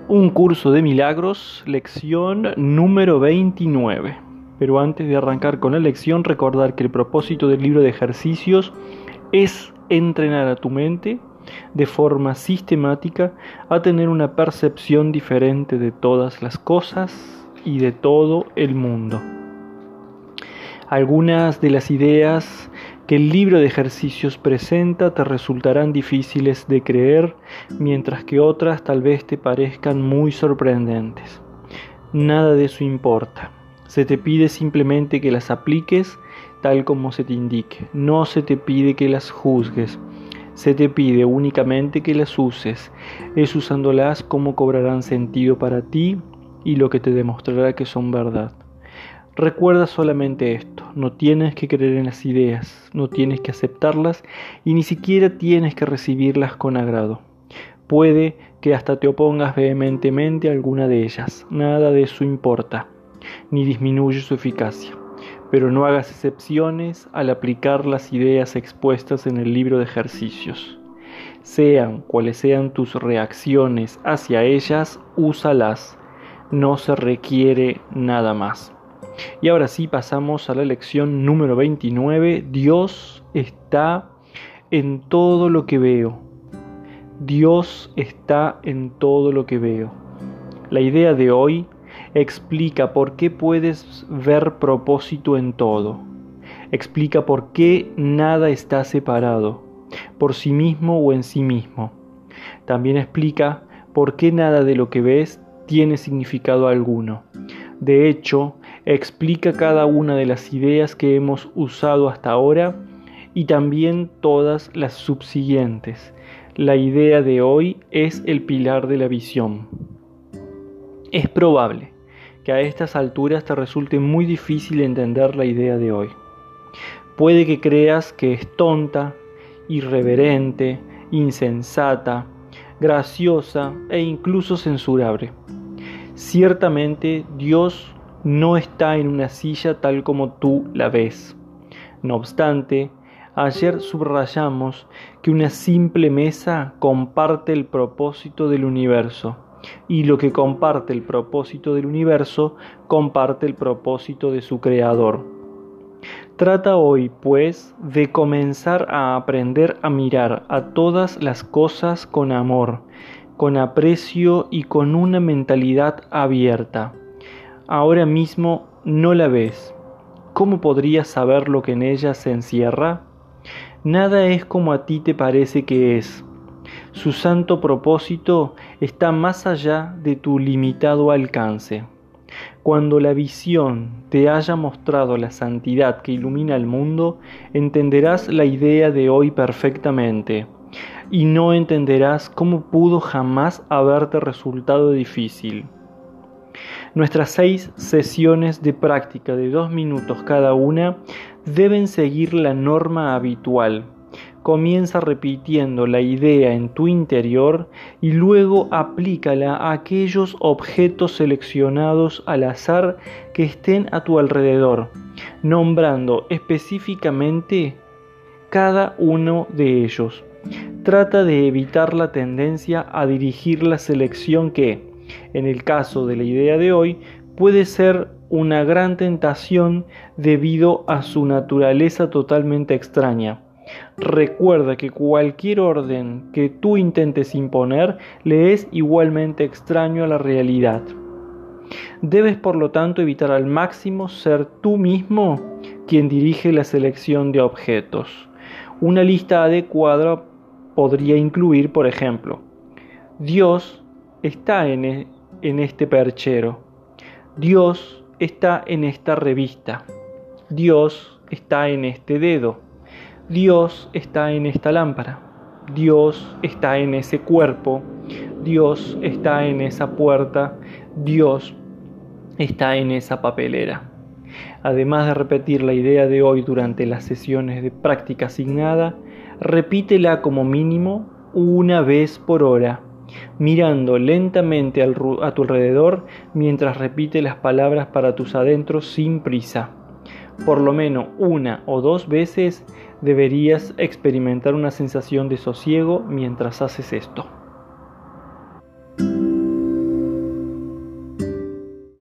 Un curso de milagros, lección número 29. Pero antes de arrancar con la lección, recordar que el propósito del libro de ejercicios es entrenar a tu mente de forma sistemática a tener una percepción diferente de todas las cosas y de todo el mundo. Algunas de las ideas que el libro de ejercicios presenta te resultarán difíciles de creer, mientras que otras tal vez te parezcan muy sorprendentes. Nada de eso importa. Se te pide simplemente que las apliques tal como se te indique. No se te pide que las juzgues. Se te pide únicamente que las uses. Es usándolas como cobrarán sentido para ti y lo que te demostrará que son verdad. Recuerda solamente esto, no tienes que creer en las ideas, no tienes que aceptarlas y ni siquiera tienes que recibirlas con agrado. Puede que hasta te opongas vehementemente a alguna de ellas, nada de eso importa, ni disminuye su eficacia. Pero no hagas excepciones al aplicar las ideas expuestas en el libro de ejercicios. Sean cuales sean tus reacciones hacia ellas, úsalas, no se requiere nada más. Y ahora sí pasamos a la lección número 29. Dios está en todo lo que veo. Dios está en todo lo que veo. La idea de hoy explica por qué puedes ver propósito en todo. Explica por qué nada está separado, por sí mismo o en sí mismo. También explica por qué nada de lo que ves tiene significado alguno. De hecho, explica cada una de las ideas que hemos usado hasta ahora y también todas las subsiguientes. La idea de hoy es el pilar de la visión. Es probable que a estas alturas te resulte muy difícil entender la idea de hoy. Puede que creas que es tonta, irreverente, insensata, graciosa e incluso censurable. Ciertamente Dios no está en una silla tal como tú la ves. No obstante, ayer subrayamos que una simple mesa comparte el propósito del universo, y lo que comparte el propósito del universo comparte el propósito de su creador. Trata hoy, pues, de comenzar a aprender a mirar a todas las cosas con amor, con aprecio y con una mentalidad abierta. Ahora mismo no la ves. ¿Cómo podrías saber lo que en ella se encierra? Nada es como a ti te parece que es. Su santo propósito está más allá de tu limitado alcance. Cuando la visión te haya mostrado la santidad que ilumina el mundo, entenderás la idea de hoy perfectamente, y no entenderás cómo pudo jamás haberte resultado difícil. Nuestras 6 sesiones de práctica de 2 minutos cada una deben seguir la norma habitual. Comienza repitiendo la idea en tu interior y luego aplícala a aquellos objetos seleccionados al azar que estén a tu alrededor, nombrando específicamente cada uno de ellos. Trata de evitar la tendencia a dirigir la selección que, en el caso de la idea de hoy, puede ser una gran tentación debido a su naturaleza totalmente extraña. Recuerda que cualquier orden que tú intentes imponer le es igualmente extraño a la realidad. Debes, por lo tanto, evitar al máximo ser tú mismo quien dirige la selección de objetos. Una lista adecuada podría incluir, por ejemplo, Dios está en este perchero. Dios está en esta revista. Dios está en este dedo. Dios está en esta lámpara. Dios está en ese cuerpo. Dios está en esa puerta. Dios está en esa papelera. Además de repetir la idea de hoy durante las sesiones de práctica asignada, repítela como mínimo una vez por hora, mirando lentamente a tu alrededor mientras repite las palabras para tus adentros sin prisa. Por lo menos 1 o 2 veces deberías experimentar una sensación de sosiego mientras haces esto.